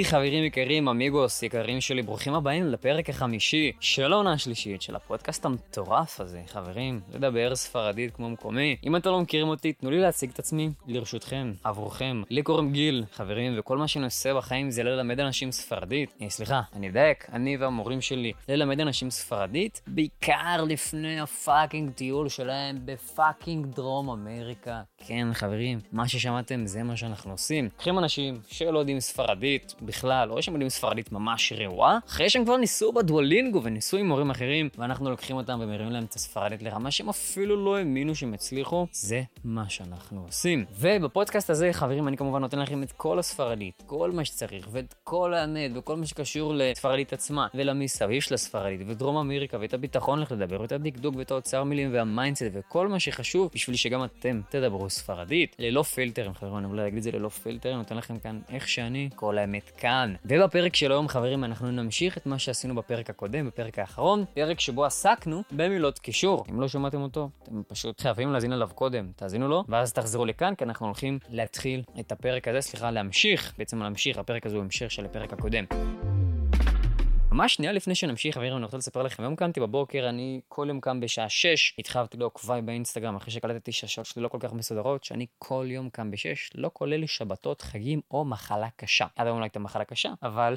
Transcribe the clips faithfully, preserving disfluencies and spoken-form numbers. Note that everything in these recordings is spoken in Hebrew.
חברים יקרים, אמיגוס, יקרים שלי, ברוכים הבאים לפרק החמישי של העונה השלישית של הפודקאסט המטורף הזה. חברים, לדבר ספרדית כמו מקומי. אם אתם לא מכירים אותי, תנו לי להציג את עצמי לרשותכם, עבורכם. לי קוראים גיל, חברים, וכל מה שאני עושה בחיים זה ללמד אנשים ספרדית. אה, סליחה, אני אדייק, אני והמורים שלי ללמד אנשים ספרדית, בעיקר לפני הפאקינג טיול שלהם בפאקינג דרום אמריקה. כן, חברים, מה ששמעתם זה מה שאנחנו עושים. לוקחים אנשים שלא יודעים ספרדית בכלל, או שהם יודעים ספרדית ממש רעועה, אחרי שהם כבר ניסו בדואלינגו וניסו עם מורים אחרים, ואנחנו לוקחים אותם ומרימים להם את הספרדית לרמה שהם אפילו לא האמינו שהם הצליחו. זה מה שאנחנו עושים. ובפודקאסט הזה, חברים, אני כמובן נותן לכם את כל הספרדית, כל מה שצריך, ואת כל האמת, וכל מה שקשור לספרדית עצמה, ולמסביב של הספרדית, ודרום אמריקה, ואת הביטחון לך לדבר, ואת הדקדוק, ואת האוצר מילים, והמיינדסט, וכל מה שחשוב בשביל שגם אתם תדברו ספרדית, ללא פילטרים, חברים, אני אולי אגיד את זה ללא פילטרים, נותן לכם כאן איך שאני, כל האמת כאן. ובפרק של היום, חברים, אנחנו נמשיך את מה שעשינו בפרק הקודם, בפרק האחרון, פרק שבו עסקנו במילות קישור. אם לא שמעתם אותו, אתם פשוט חייבים להזין עליו קודם, תאזינו לו, ואז תחזרו לכאן, כי אנחנו הולכים להתחיל את הפרק הזה, סליחה, להמשיך, בעצם להמשיך, הפרק הזה הוא המשך של הפרק הקודם. ממש שנייה לפני שנמשיך, חברים, אני רוצה לספר לכם, יום קמתי בבוקר, אני כל יום קם בשעה שש, התחלתי לעוקביי באינסטגרם, אחרי שקלטתי שהשעות שלי לא כל כך מסודרות, שאני כל יום קם בשש, לא כולל שבתות, חגים או מחלה קשה. עד היום לא הייתה מחלה קשה, אבל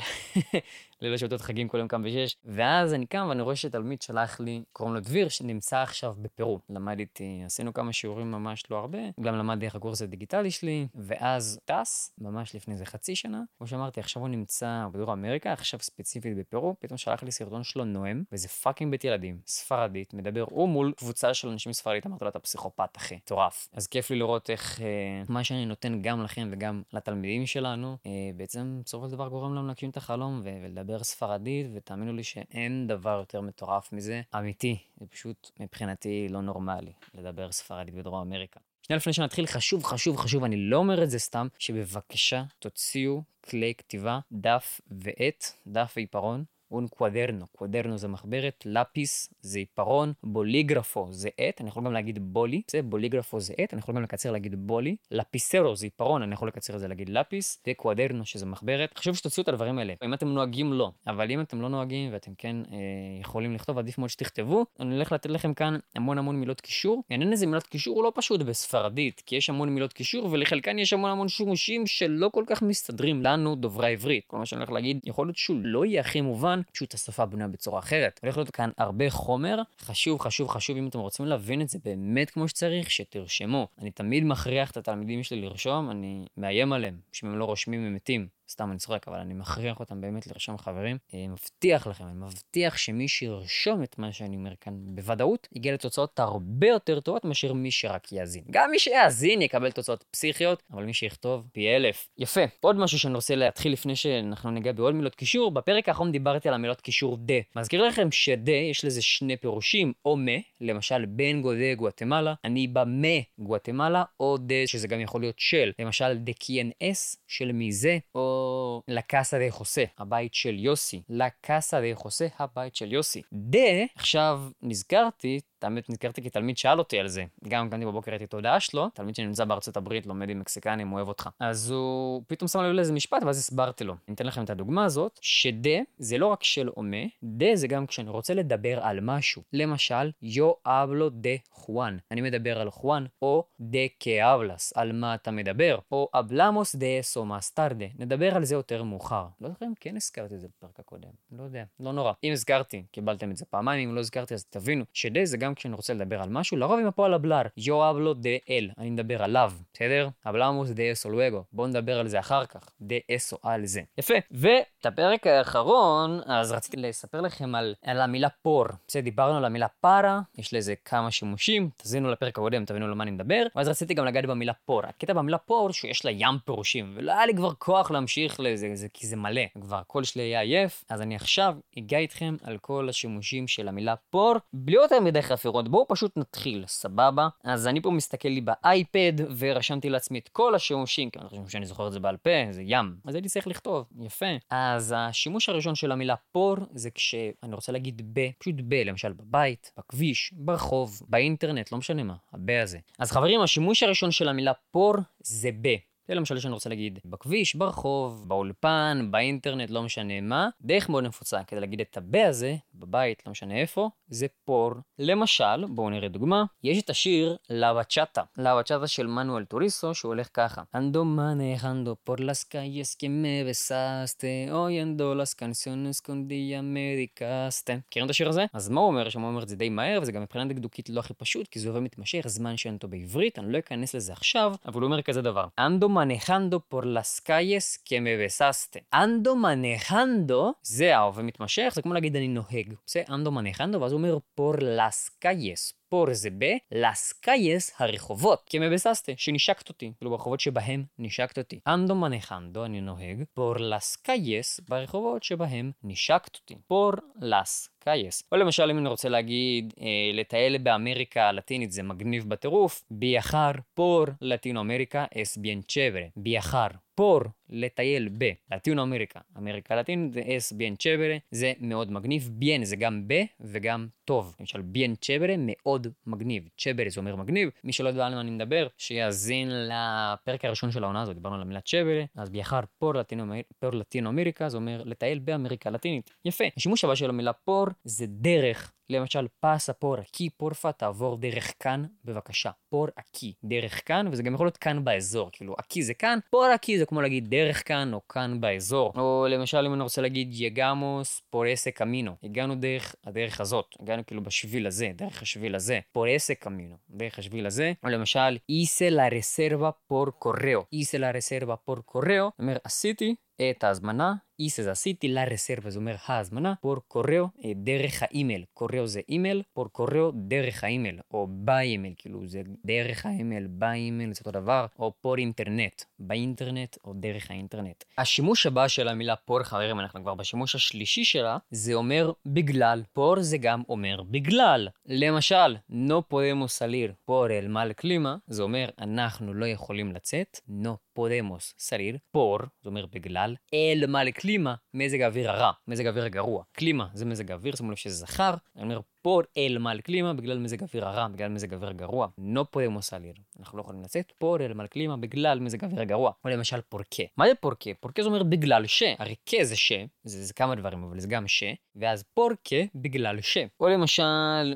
לילה שבתות חגים כל יום קם בשש, ואז אני קם ואני רואה שתלמיד שלח לי, קוראים לו דביר, שנמצא עכשיו בפרו. למדתי, עשינו כמה שיעורים ממש לא הרבה, גם למדתי איך הקורס הדיגיטלי שלי, ואז טס, ממש לפני זה חצי שנה, כמו שאמרתי, עכשיו הוא נמצא בדרום אמריקה, עכשיו ספציפית בפרו, פתאום שלח לי סרטון שלו נואם, וזה פאקינג בית ילדים, ספרדית, מדבר הוא מול קבוצה של אנשים ספרדית, אמרתי לו, אתה פסיכופת, אחי, טורף. אז כיף לי לראות איך אה, מה שאני נותן גם לכם וגם לתלמידים שלנו, אה, בעצם בסופו של דבר גורם לנו להקים את החלום ו- ולדבר ספרדית, ותאמינו לי שאין דבר יותר מטורף מזה, אמיתי, זה פשוט מבחינתי לא נורמלי, לדבר ספרדית בדרום אמריקה. שנייה לפני שנתחיל, חשוב, חשוב, חשוב, אני לא אומר את זה סתם, שבבקשה תוציאו כלי כתיבה, דף ועט, דף ועיפרון, un cuaderno, cuaderno זה מחברת, לפיס זה עיפרון, בוליגרפו זה עט, אני יכול גם להגיד בולי, זה בוליגרפו זה עט, אני יכול גם לקצר להגיד בולי, לפיסרו זה עיפרון, אני יכול לקצר את זה להגיד לפיס, וקואדרנו שזה מחברת. חשוב שתוציאו את הדברים האלה, אם אתם נוהגים לא, אבל אם אתם לא נוהגים ואתם כן אה, יכולים לכתוב, עדיף מאוד שתכתבו, אני הולך לתת לכם כאן המון המון מילות קישור. העניין הזה מילות קישור הוא לא פשוט בספרדית, כי יש המון מילות קישור ולחלקן יש המון המון שימושים שלא כל כך מסתדרים לנו דוברי עברית. כל מה שאני הולך להגיד, יכול להיות שהוא לא יהיה הכי מובן, פשוט השפה בנויה בצורה אחרת. הולך להיות כאן הרבה חומר, חשוב, חשוב, חשוב, אם אתם רוצים להבין את זה באמת כמו שצריך, שתרשמו. אני תמיד מכריח את התלמידים שלי לרשום, אני מאיים עליהם, שאם הם לא רושמים הם מתים. סתם אני צוחק, אבל אני מכריח אותם באמת לרשום, חברים. אני מבטיח לכם, אני מבטיח שמי שירשום את מה שאני אומר כאן בוודאות, יגיע לתוצאות הרבה יותר טובות מאשר מי שרק יאזין. גם מי שיאזין יקבל תוצאות פסיכיות, אבל מי שיכתוב פי אלף. יפה. עוד משהו שאני רוצה להתחיל לפני שאנחנו ניגע בעוד מילות קישור. בפרק האחרון דיברתי על המילות קישור דה. מזכיר לכם שדה יש לזה שני פירושים, או מה, למשל בנגו דה גואטמלה, אני במה גואטמלה, או דה שזה גם יכול להיות של, למשל דה קיין אס של מי זה, או לקאסה דה חוסה, הבית של יוסי. לקאסה דה חוסה, הבית של יוסי. דה, עכשיו נזכרתי, תמיד נזכרתי כי תלמיד שאל אותי על זה. גם קמתי בבוקר ראיתי את ההודעה שלו, תלמיד שנמצא בארצות הברית, לומד עם מקסיקנים, אוהב אותך. אז הוא פתאום שם לי לאיזה משפט, ואז הסברתי לו. אני אתן לכם את הדוגמה הזאת, שדה זה לא רק של או מה, דה זה גם כשאני רוצה לדבר על משהו. למשל, yo hablo de Juan. אני מדבר על חואן, או de que hablas, על מה אתה מדבר, או hablamos de eso más tarde. נדבר על זה יותר מאוחר. לא זוכר אם כן הזכרתי את זה בפרק הקודם. לא יודע, לא נורא. אם הזכרתי, קיבלתם את זה פעמיים, אם לא הזכרתי, אז תבינו שדה זה גם כשאני רוצה לדבר על משהו, לרוב עם הפועל הבלר, yo hablo de él, אני מדבר עליו, בסדר? hablamos de eso luego, בואו נדבר על זה אחר כך, de eso, על זה. יפה. ואת הפרק האחרון, אז רציתי לספר לכם על, על המילה פור. בסדר, דיברנו על המילה פרה, יש לזה כמה שימושים, תזינו לפרק הקודם, תבינו למה אני מדבר, ואז רציתי גם לגעת במילה פור. הקטע במילה פור שיש לה ים פירושים, ולא היה לי כבר כוח להמשיך לזה, זה, כי זה מלא, כבר הכל שלי היה עייף, אז אני עכשיו אגע איתכם על כל השימושים של המילה פור, בלי יותר מדי חפירות, בואו פשוט נתחיל, סבבה? אז אני פה מסתכל לי באייפד, ורשמתי לעצמי את כל השימושים, כי אני חושב שאני זוכר את זה בעל פה, זה ים. אז הייתי צריך לכתוב, יפה. אז השימוש הראשון של המילה פור, זה כשאני רוצה להגיד ב, פשוט ב, למשל בבית, בכביש, ברחוב, באינטרנט, לא משנה מה, הב הזה. אז חברים, השימוש הראשון של המילה פור זה ב. זה למשל שאני רוצה להגיד בכביש, ברחוב, באולפן, באינטרנט, לא משנה מה. דרך מאוד נפוצה כדי להגיד את הב הזה, בבית, לא משנה איפה, זה פור. למשל, בואו נראה דוגמה, יש את השיר La Bachata. La Bachata של מנואל טוריסו, שהוא הולך ככה. Ando manejando por las calles que me besaste, oyendo las canciones con día me dedicaste. מכירים את השיר הזה? אז מה הוא אומר? שהוא אומר את זה די מהר, וזה גם מבחינה דקדוקית לא הכי פשוט, כי זה עובר מתמשך, זמן שאין אותו בעברית, אני לא אכנס לזה עכשיו, אבל הוא אומר כזה דבר. Ando manejando por las calles que me besaste. Ando manejando, זה העובר מתמשך, זה כמו להגיד אני נוהג. זה Ando manejando, ואז הוא אומר por las calles. פור זה ב, las calles, הרחובות, כי מבססת, שנשקת אותי, כאילו ברחובות שבהם נשקת אותי. אנדו מנחנדו, אני נוהג, פור las calles, ברחובות שבהם נשקת אותי. פור las calles. או למשל, אם אני רוצה להגיד, אה, לטייל באמריקה הלטינית זה מגניב בטירוף, ביחר, פור לטינו אמריקה, es bien chévere. ביחר. פור לטייל בלטינו אמריקה, אמריקה לטינית, זה es bien chévere, זה מאוד מגניב, bien זה גם ב וגם טוב. למשל, bien chévere מאוד מגניב. chévere זה אומר מגניב. מי שלא יודע על מה אני מדבר, שיאזין לפרק הראשון של העונה הזאת, דיברנו על המילה chévere, אז ביחר פור לטינו, פור לטינו אמריקה, זה אומר לטייל באמריקה לטינית. יפה. השימוש הבא של המילה פור זה דרך. למשל, פסה פור אקי, פורפה, תעבור דרך כאן, בבקשה. פור אקי, דרך כאן, וזה גם יכול להיות כאן באזור. כאילו, אקי זה כאן, פור אקי זה כמו להגיד דרך כאן או כאן באזור. או למשל, אם אני רוצה להגיד, יגמוס פורסה קמינו. הגענו דרך הדרך הזאת. הגענו כאילו בשביל הזה, דרך השביל הזה. פורסה קמינו, דרך השביל הזה. או למשל, hice la reserva por correo. hice la reserva por correo. זאת אומרת, עשיתי את ההזמנה, hice זה עשיתי, la reserva זה אומר ההזמנה, por correo, דרך האימייל. correo זה אימייל, por correo דרך האימייל, או באימייל, כאילו זה דרך האימייל, באימייל, זה אותו דבר, או por אינטרנט, באינטרנט או דרך האינטרנט. השימוש הבא של המילה por, חברים, אנחנו כבר בשימוש השלישי שלה, זה אומר בגלל. por זה גם אומר בגלל. למשל, no podemos salir por el mal clima, זה אומר אנחנו לא יכולים לצאת, no podemos salir por, זה אומר בגלל, el mal clima, מזג האוויר הרע, מזג האוויר הגרוע. קלימה זה מזג האוויר, שימו לב שזה זכר, אני אומר por el mal clima, בגלל מזג האוויר הרע, בגלל מזג האוויר הגרוע. no podemos salir, אנחנו לא יכולים לצאת, por el mal clima, בגלל מזג האוויר הגרוע. או למשל פורקה. מה זה פורקה? פורקה זה אומר בגלל ש, הרי ק זה ש, זה, זה כמה דברים, אבל זה גם ש, ואז פורקה בגלל ש. או למשל,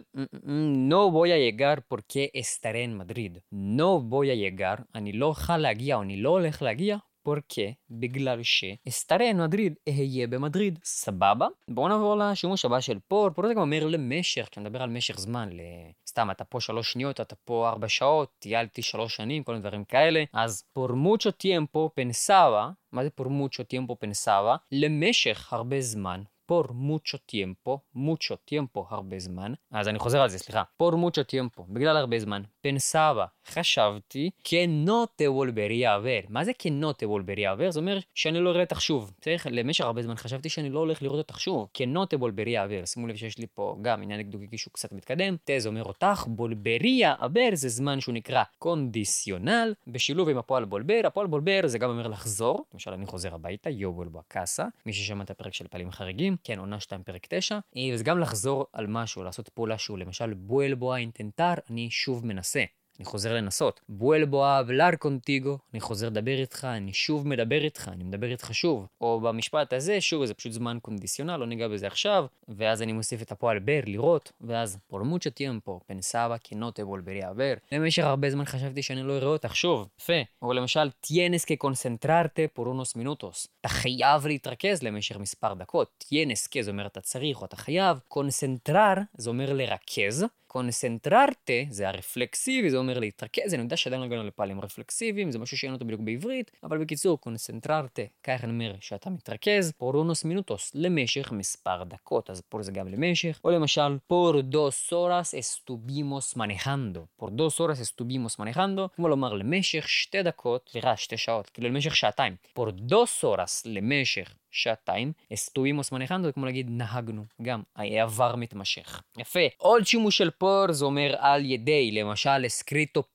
no voy a llegar porque estaré en Madrid. no voy a llegar, אני לא אוכל להגיע, או אני לא הולך להגיע, פורקה, בגלל ש, estaré en Madrid, אהיה במדריד. סבבה? בואו נעבור לשימוש הבא של פור. פור זה גם אומר למשך, כי אני מדבר על משך זמן, סתם, אתה פה שלוש שניות, אתה פה ארבע שעות, טיילתי שלוש שנים, כל מיני דברים כאלה. אז por mucho tiempo pensaba, מה זה por mucho tiempo pensaba? למשך הרבה זמן. por mucho tiempo, mucho tiempo, הרבה זמן. אז אני חוזר על זה, סליחה. por mucho tiempo, בגלל הרבה זמן. pensaba, חשבתי, que no te volvería a ver. מה זה que no te volvería a ver? זה אומר שאני לא אראה אותך שוב. צריך, למשך הרבה זמן חשבתי שאני לא הולך לראות אותך שוב. que no te volvería a ver. שימו לב שיש לי פה גם עניין דקדוקי שהוא קצת מתקדם. te זה אומר אותך, volvería a ver זה זמן שהוא נקרא קונדיציונל, בשילוב עם הפועל בולבר. הפועל בולבר זה גם אומר לחזור. למשל, אני חוזר הביתה, yo vuelvo a casa. מי ששמע את הפרק של פעלים חריגים, כן, עונה שתיים פרק תשע, וזה גם לחזור על משהו, לעשות פעולה שהוא, למשל, vuelvo a intentar, אני שוב מנסה. אני חוזר לנסות. vuelvo a hablar contigo, אני חוזר לדבר איתך, אני שוב מדבר איתך, אני מדבר איתך שוב. או במשפט הזה, שוב, זה פשוט זמן קונדיציונל, לא ניגע בזה עכשיו, ואז אני מוסיף את הפועל בר, לראות, ואז por mucho tiempo, pensaba que no te volvería a ver. למשך הרבה זמן חשבתי שאני לא אראה אותך שוב. יפה. או למשל, tienes que concentrarte por unos minutos. אתה חייב להתרכז למשך מספר דקות. tienes que, זה אומר אתה צריך, או אתה חייב. concentrar, זה אומר לרכז. קונסנטררטה, זה הרפלקסיבי, זה אומר להתרכז, אני יודע שעדיין לא הגענו לפעלים רפלקסיביים, זה משהו שאין אותו בדיוק בעברית, אבל בקיצור, קונסנטררטה, כך אני אומר שאתה מתרכז, פורונוס מינוטוס, למשך מספר דקות, אז פה זה גם למשך, או למשל, por dos horas estuvimos manejando, por dos horas estuvimos manejando, כמו לומר למשך שתי דקות, סליחה, שתי שעות, כאילו למשך שעתיים, por dos horas למשך שעתיים, estuvimos manejando, כמו להגיד נהגנו, גם העבר מתמשך. יפה. עוד שימוש של פור זה אומר על ידי, למשל escrito por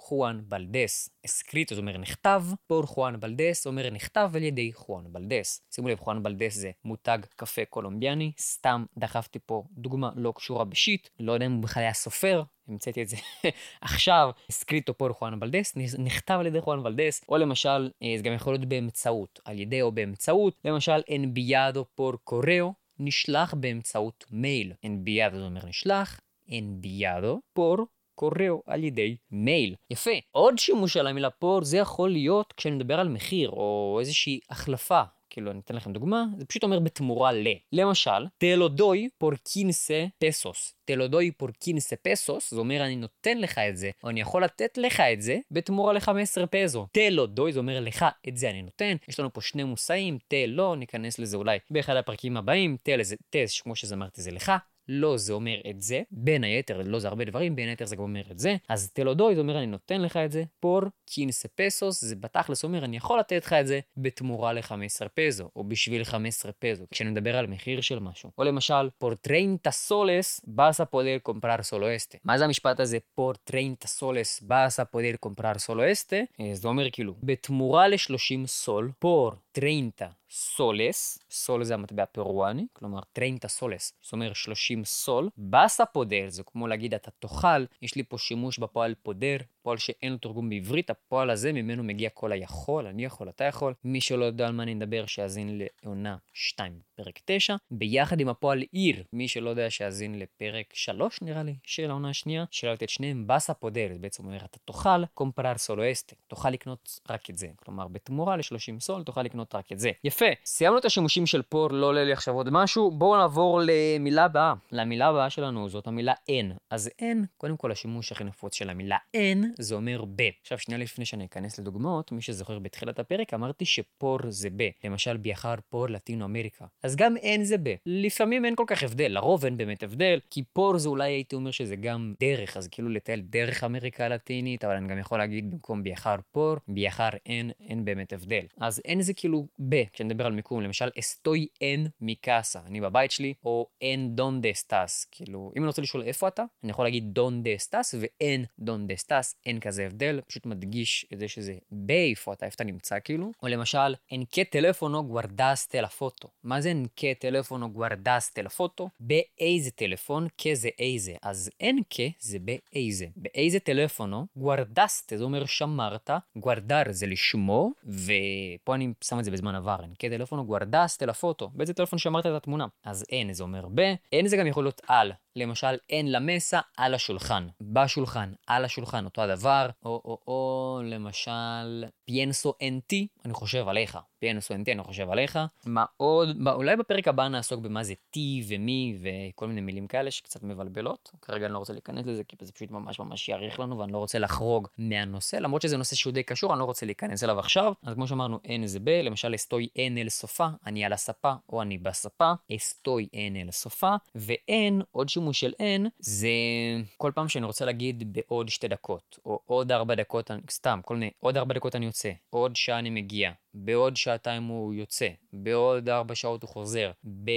חואן בלדס. אסקריטו זה אומר נכתב, פור חואן בלדס אומר נכתב על ידי חואן בלדס. שימו לב, חואן בלדס זה מותג קפה קולומביאני, סתם דחפתי פה דוגמה לא קשורה בשיט, לא יודע אם הוא בכלל היה סופר, המצאתי את זה עכשיו, אסקריטו פור חואן בלדס, נכתב על ידי חואן בלדס, או למשל, זה גם יכול להיות באמצעות, על ידי או באמצעות, למשל, enviado por correo, נשלח באמצעות מייל. enviado זה אומר נשלח, enviado por correo על ידי מייל. יפה. עוד שימוש על המילה פור, זה יכול להיות כשאני מדבר על מחיר, או איזושהי החלפה. כאילו, אני אתן לכם דוגמה, זה פשוט אומר בתמורה ל. למשל, te lo doy por quince pesos. te lo doy por quince pesos, זה אומר אני נותן לך את זה, או אני יכול לתת לך את זה בתמורה ל-חמש עשרה פזו. te lo doy, זה אומר לך, את זה אני נותן. יש לנו פה שני מושאים, te lo, ניכנס לזה אולי באחד הפרקים הבאים, te לזה, te, כמו שזה אמרתי, זה לך. לא זה אומר את זה, בין היתר, לא זה הרבה דברים, בין היתר זה גם אומר את זה, אז תלודוי זה אומר אני נותן לך את זה, פור quince pesos, זה בתכלס אומר אני יכול לתת לך את זה בתמורה ל-חמש עשרה פזו, או בשביל חמש עשרה פזו, כשאני מדבר על מחיר של משהו. או למשל, por treinta soles vas a poder comprar solo este. מה זה המשפט הזה, por treinta soles vas a poder comprar solo este? זה אומר כאילו, בתמורה ל-שלושים סול, por treinta soles, סול זה המטבע פרואני, כלומר treinta soles, זאת אומרת שלושים סול, vas a poder, זה כמו להגיד אתה תאכל, יש לי פה שימוש בפועל פודר, פועל שאין לו תרגום בעברית, הפועל הזה ממנו מגיע כל היכול, אני יכול, אתה יכול, מי שלא יודע על מה אני מדבר שיאזין לעונה שתיים, פרק תשע, ביחד עם הפועל עיר, מי שלא יודע שיאזין לפרק שלוש נראה לי, של העונה השנייה, שאלה את שניהם, vas a poder, זה בעצם אומר אתה תאכל, comprar solo este, תוכל לקנות רק את זה, כלומר בתמורה ל-שלושים סול, תוכל לקנות רק את זה. יפה, סיימנו את השימושים של פור, לא עולה לי עכשיו עוד משהו, בואו נעבור למילה הבאה. למילה הבאה שלנו זאת המילה אין. אז אין, קודם כל השימוש הכי נפוץ של המילה אין, זה אומר ב. עכשיו שנייה לפני שאני אכנס לדוגמאות, מי שזוכר בתחילת הפרק אמרתי שפור זה ב. למשל ביחר פור לטינו אמריקה. אז גם אין זה ב. לפעמים אין כל כך הבדל, לרוב אין באמת הבדל, כי פור זה אולי הייתי אומר שזה גם דרך, אז כאילו לטייל דרך אמריקה הלטינית, אבל אני גם יכול להגיד במקום ביחר פור, ביחר אין, אין באמת הבדל. אז אין זה כאילו ב, כשנדבר על מיקום, למשל estoy en mi casa, אני בבית שלי, או en donde estás, כאילו אם אני רוצה לשאול איפה אתה, אני יכול להגיד donde estás ו-en donde estás, אין כזה הבדל, פשוט מדגיש את זה שזה באיפה אתה, איפה אתה נמצא כאילו. או למשל, en qué teléfono guardaste la foto. מה זה en qué teléfono guardaste la foto? באיזה טלפון, que זה איזה. אז en qué זה באיזה. באיזה טלפונו, guardaste זה אומר שמרת, guardar זה לשמור, ופה אני שם את זה בזמן עבר, en qué teléfono guardaste la foto. באיזה טלפון שמרת את התמונה. אז en זה אומר ב, en זה גם יכול להיות על. למשל, אין למסה על השולחן. בשולחן, על השולחן, אותו הדבר. או, או, או, למשל, pienso en ti, אני חושב עליך. pienso en ti, אני חושב עליך. מה עוד? אולי בפרק הבא נעסוק במה זה ti ומי וכל מיני מילים כאלה שקצת מבלבלות. כרגע אני לא רוצה להיכנס לזה, כי זה פשוט ממש ממש יאריך לנו, ואני לא רוצה לחרוג מהנושא. למרות שזה נושא שהוא די קשור, אני לא רוצה להיכנס אליו עכשיו. אז כמו שאמרנו, אין זה ב, למשל, estoy en el sofá, אני על הספה, או אני בספה. estoy en el sofá, ואין, עוד שימוש של אין, זה כל פעם שאני רוצה להגיד בעוד שתי דקות, או עוד ארבע דקות, סתם, כל מיני, עוד ארבע דקות אני יוצא, עוד שעה אני מגיע, בעוד שעתיים הוא יוצא, בעוד ארבע שעות הוא חוזר,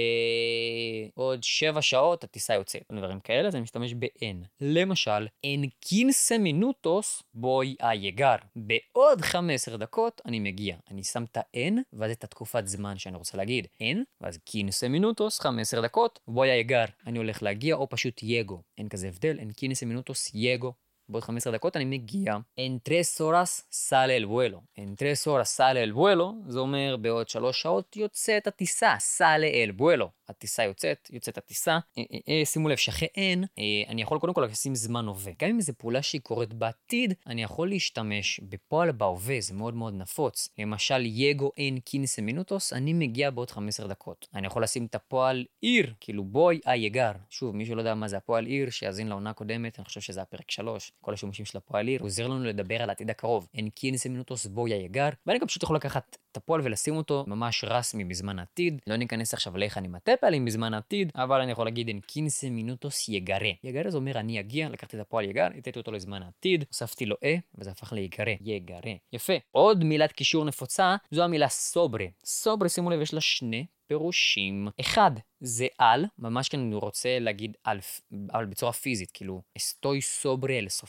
בעוד שבע שעות הטיסה יוצאת. דברים כאלה, אז אני משתמש באין. למשל, en quince minutos voy a llegar. בעוד חמש עשרה דקות אני מגיע. אני שם את האין, ואז את התקופת זמן שאני רוצה להגיד. אין, ואז quince minutos, חמש עשרה דקות, voy a llegar. אני הולך להגיע, או פשוט llego. אין כזה הבדל, en quince minutos llego. בעוד חמש עשרה דקות אני מגיע. En tres horas sale el vuelo. En tres horas sale el vuelo, זה אומר בעוד שלוש שעות יוצאת הטיסה. sale el vuelo. הטיסה יוצאת, יוצאת הטיסה. אה, אה, אה, שימו לב שאחרי אין, אה, אני יכול קודם כל לשים זמן הווה. גם אם זו פעולה שהיא קורית בעתיד, אני יכול להשתמש בפועל בהווה, זה מאוד מאוד נפוץ. למשל, יגו אין quince minutos, אני מגיע בעוד חמש עשרה דקות. אני יכול לשים את הפועל עיר, כאילו בוי היגר. שוב, מי שלא יודע מה זה הפועל עיר, שיאזין לעונה הקודמת, אני חושב שזה הפרק שלוש. כל השימושים של הפועל עיר, עוזר לנו לדבר על העתיד הקרוב. אין quince minutos בוי היגר, ואני גם פשוט יכול לקחת את הפועל ולשים אותו ממש רסמי בזמן העתיד. לא ניכנס עכשיו לאיך אני מטה פעלים בזמן העתיד, אבל אני יכול להגיד en quince minutos יגרה. יגרה זה אומר אני אגיע, לקחתי את הפועל יגר, התתי אותו לזמן העתיד, הוספתי לו אה, וזה הפך ליגרה. יגרה. יפה. עוד מילת קישור נפוצה, זו המילה סוברה. סוברה, שימו לב, יש לה שני פירושים. אחד, זה על, ממש כאן אני רוצה להגיד על, אבל בצורה פיזית, כאילו, estoy sobre el sofá.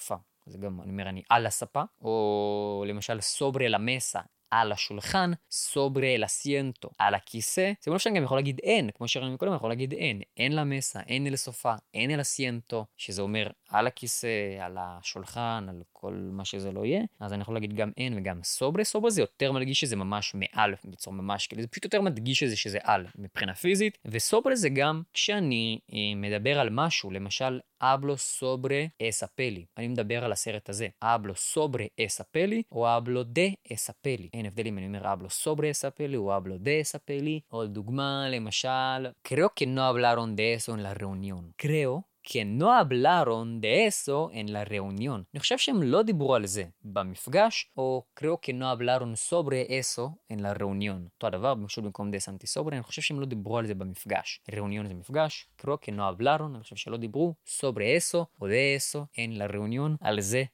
זה גם, אני אומר, אני על הספה, או למשל סוברה למסה, על השולחן, סוברה אל הסיינטו, על הכיסא. זה לא שאני גם יכול להגיד אין, כמו שראינו קודם, אני יכול להגיד אין. אין למסה, אין אל הסופה, אין אל הסיינטו, שזה אומר על הכיסא, על השולחן, על כל מה שזה לא יהיה. אז אני יכול להגיד גם אין וגם סוברה. סוברה זה יותר מדגיש שזה ממש מעל, בצורה ממש כאילו, זה פשוט יותר מדגיש שזה שזה על, מבחינה פיזית. וסוברה זה גם כשאני אה, מדבר על משהו, למשל, hablo sobre esa peli. אני מדבר על הסרט הזה. hablo sobre esa peli, או hablo de esa peli. אין הבדלים, אני אומר hablo sobre esa peli, או hablo de esa peli. או דוגמה, למשל, creo que no hablaron de eso en la reunión. creo que no hablaron de eso en la reunión. אני חושב שהם לא דיברו על זה במפגש, או creo que no hablaron sobre eso en la reunión. אותו הדבר, פשוט במקום de שמתי sobre, אני חושב שהם לא דיברו על זה במפגש. reunión זה מפגש, creo que no hablaron, אני חושב שלא דיברו, sobre eso, או de eso, en la reunión, על זה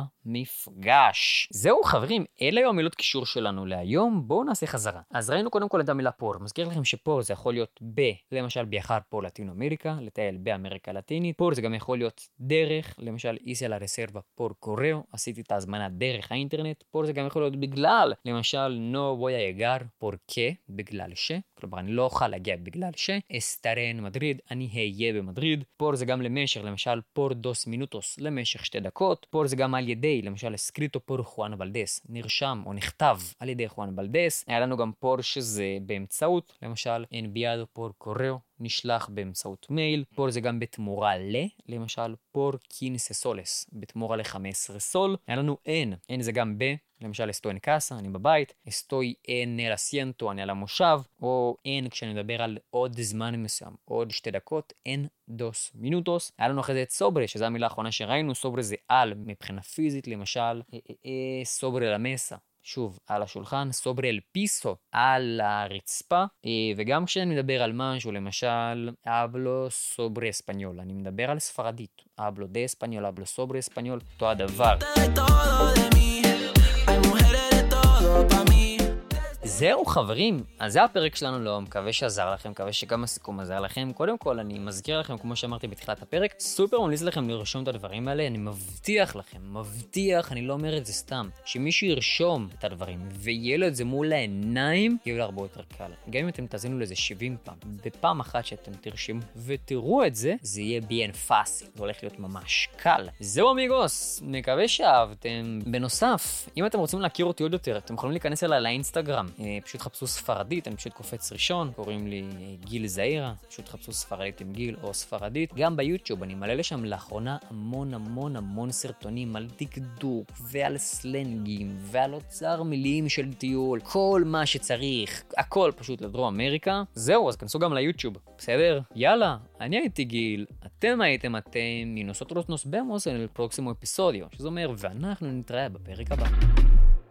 במפגש. זהו חברים, אלה היו המילות קישור שלנו להיום. בואו נעשה חזרה. אז ראינו קודם כל את המילה פור. מזכיר לכם שפור זה יכול להיות ב, למשל ביחד פור לטינו אמריקה, לטייל באמריקה לטינית. פור זה גם יכול להיות דרך, למשל איסה לרסרבה פור קוראו, עשיתי את ההזמנה דרך האינטרנט. פור זה גם יכול להיות בגלל, למשל no voy a llegar porque, בגלל ש, כלומר אני לא אוכל להגיע בגלל ש, estaré en מדריד, אני אהיה במדריד. פור זה גם למשך, למשל פור dos minutos, למשך שתי דקות. פור זה גם על ידי, למשל, escrito por Juan Valdés, נרשם או נכתב על ידי Juan Valdés. היה לנו גם פור שזה באמצעות, למשל, enviado por correo, נשלח באמצעות מייל. פור זה גם בתמורה ל, למשל, por quince soles, בתמורה ל-חמש עשרה סול. היה לנו אין, אין זה גם ב, למשל, estoy en casa, אני בבית, estoy en el asiento, אני על המושב, או אין כשאני מדבר על עוד זמן מסוים, עוד שתי דקות, en dos minutos. היה לנו אחרי זה את סוברה, שזו המילה האחרונה שראינו. סוברה זה על מבחינה פיזית, למשל, סוברה למסה, שוב, על השולחן, סוברה אל פיסו, על הרצפה. וגם כשאני מדבר על משהו, למשל, hablo sobre español, אני מדבר על ספרדית, hablo de español, hablo sobre español, אותו הדבר. זהו חברים, אז זה הפרק שלנו לא, מקווה שעזר לכם, מקווה שגם הסיכום עזר לכם. קודם כל אני מזכיר לכם, כמו שאמרתי בתחילת הפרק, סופר ממליץ לכם לרשום את הדברים האלה. אני מבטיח לכם, מבטיח, אני לא אומר את זה סתם, שמישהו ירשום את הדברים ויהיה לו את זה מול העיניים, יהיה לו הרבה יותר קל. גם אם אתם תזינו לזה שבעים פעם, בפעם אחת שאתם תרשמו ותראו את זה, זה יהיה bien fácil, זה הולך להיות ממש קל. זהו אמיגוס, מקווה שאהבתם. בנוסף, אם אתם רוצים להכיר אותי עוד יותר, אתם יכולים להיכנס אליי לאינסטגרם. פשוט חפשו ספרדית, אני פשוט קופץ ראשון, קוראים לי גיל זעירה, פשוט חפשו ספרדית עם גיל או ספרדית. גם ביוטיוב אני מעלה לשם לאחרונה המון המון המון סרטונים על דקדוק ועל סלנגים ועל אוצר מילים של טיול, כל מה שצריך, הכל פשוט לדרום אמריקה. זהו, אז כנסו גם ליוטיוב, בסדר? יאללה, אני הייתי גיל, אתם הייתם אתם, y nosotros nos vemos en el próximo episodio, שזה אומר, ואנחנו נתראה בפרק הבא.